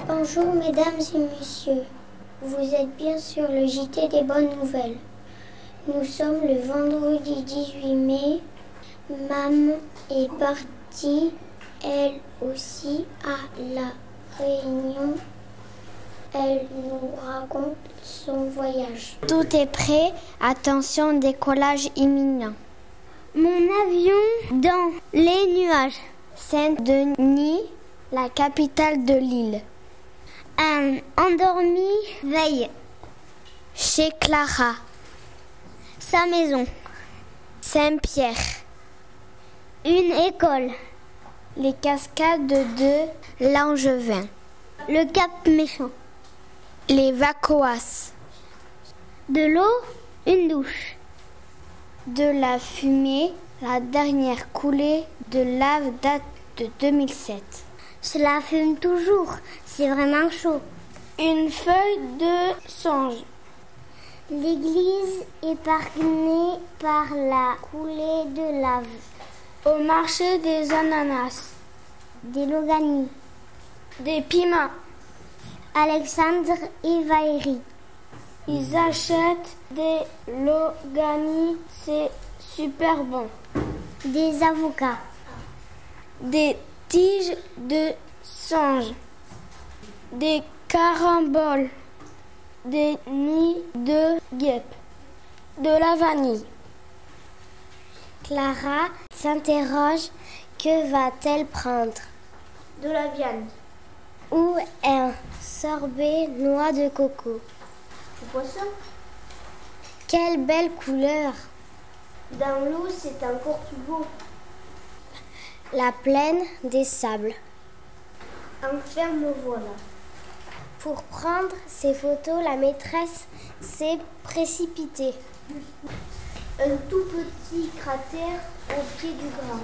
Bonjour mesdames et messieurs, vous êtes bien sur le JT des bonnes nouvelles. Nous sommes le vendredi 18 mai. Maman est partie, elle aussi, à la Réunion. Elle nous raconte son voyage. Tout est prêt, attention, décollage imminent. Mon avion dans les nuages. Saint-Denis, la capitale de l'île. Un endormi veille. Chez Clara. Sa maison. Saint-Pierre. Une école. Les cascades de Langevin. Le Cap Méchant. Les Vacoas. De l'eau, une douche. De la fumée, la dernière coulée de lave date de 2007. Cela fume toujours, c'est vraiment chaud. Une feuille de songe. L'église épargnée par la coulée de lave. Au marché des ananas. Des Logani. Des piments. Alexandre et Valérie. Ils achètent des Logani, c'est super bon. Des avocats. Des tiges de songe. Des caramboles. Des nids de guêpes. De la vanille. Clara s'interroge, que va-t-elle prendre? De la viande. Ou un sorbet noix de coco. Du poisson. Quelle belle couleur! Dans l'eau, c'est encore plus beau. La plaine des sables. Enfin, me voilà. Pour prendre ces photos, la maîtresse s'est précipitée. Un tout petit cratère au pied du grand.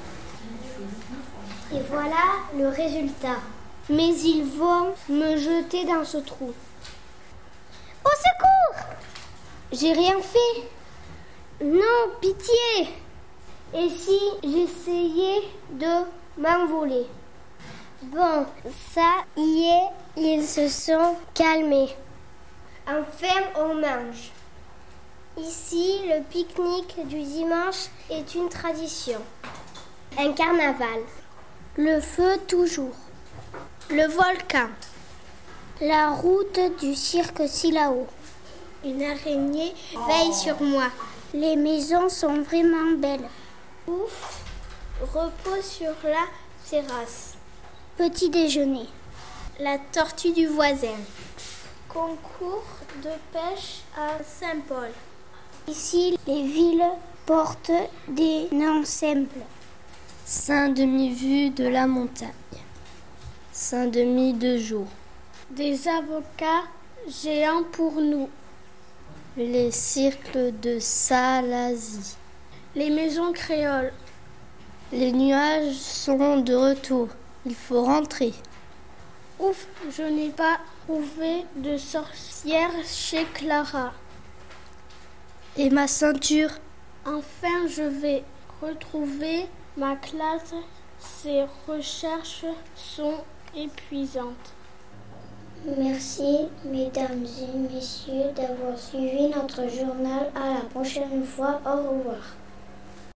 Et voilà le résultat. Mais ils vont me jeter dans ce trou. Au secours! J'ai rien fait. Non, pitié! Et si j'essayais de m'envoler? Bon, ça y est, ils se sont calmés. Enfin, on mange. Ici, le pique-nique du dimanche est une tradition. Un carnaval. Le feu toujours. Le volcan. La route du cirque Silao. Une araignée veille sur moi. Les maisons sont vraiment belles. Ouf, repos sur la terrasse. Petit déjeuner. La tortue du voisin. Concours de pêche à Saint-Paul. Ici, les villes portent des noms simples. Saint-Demi-Vue de la montagne. Saint-Demi de jour. Des avocats géants pour nous. Les cercles de Salazie. Les maisons créoles. Les nuages sont de retour. Il faut rentrer. Ouf, je n'ai pas trouvé de sorcière chez Clara. Et ma ceinture? Enfin, je vais retrouver ma classe. Ces recherches sont épuisantes. Merci, mesdames et messieurs, d'avoir suivi notre journal. À la prochaine fois. Au revoir.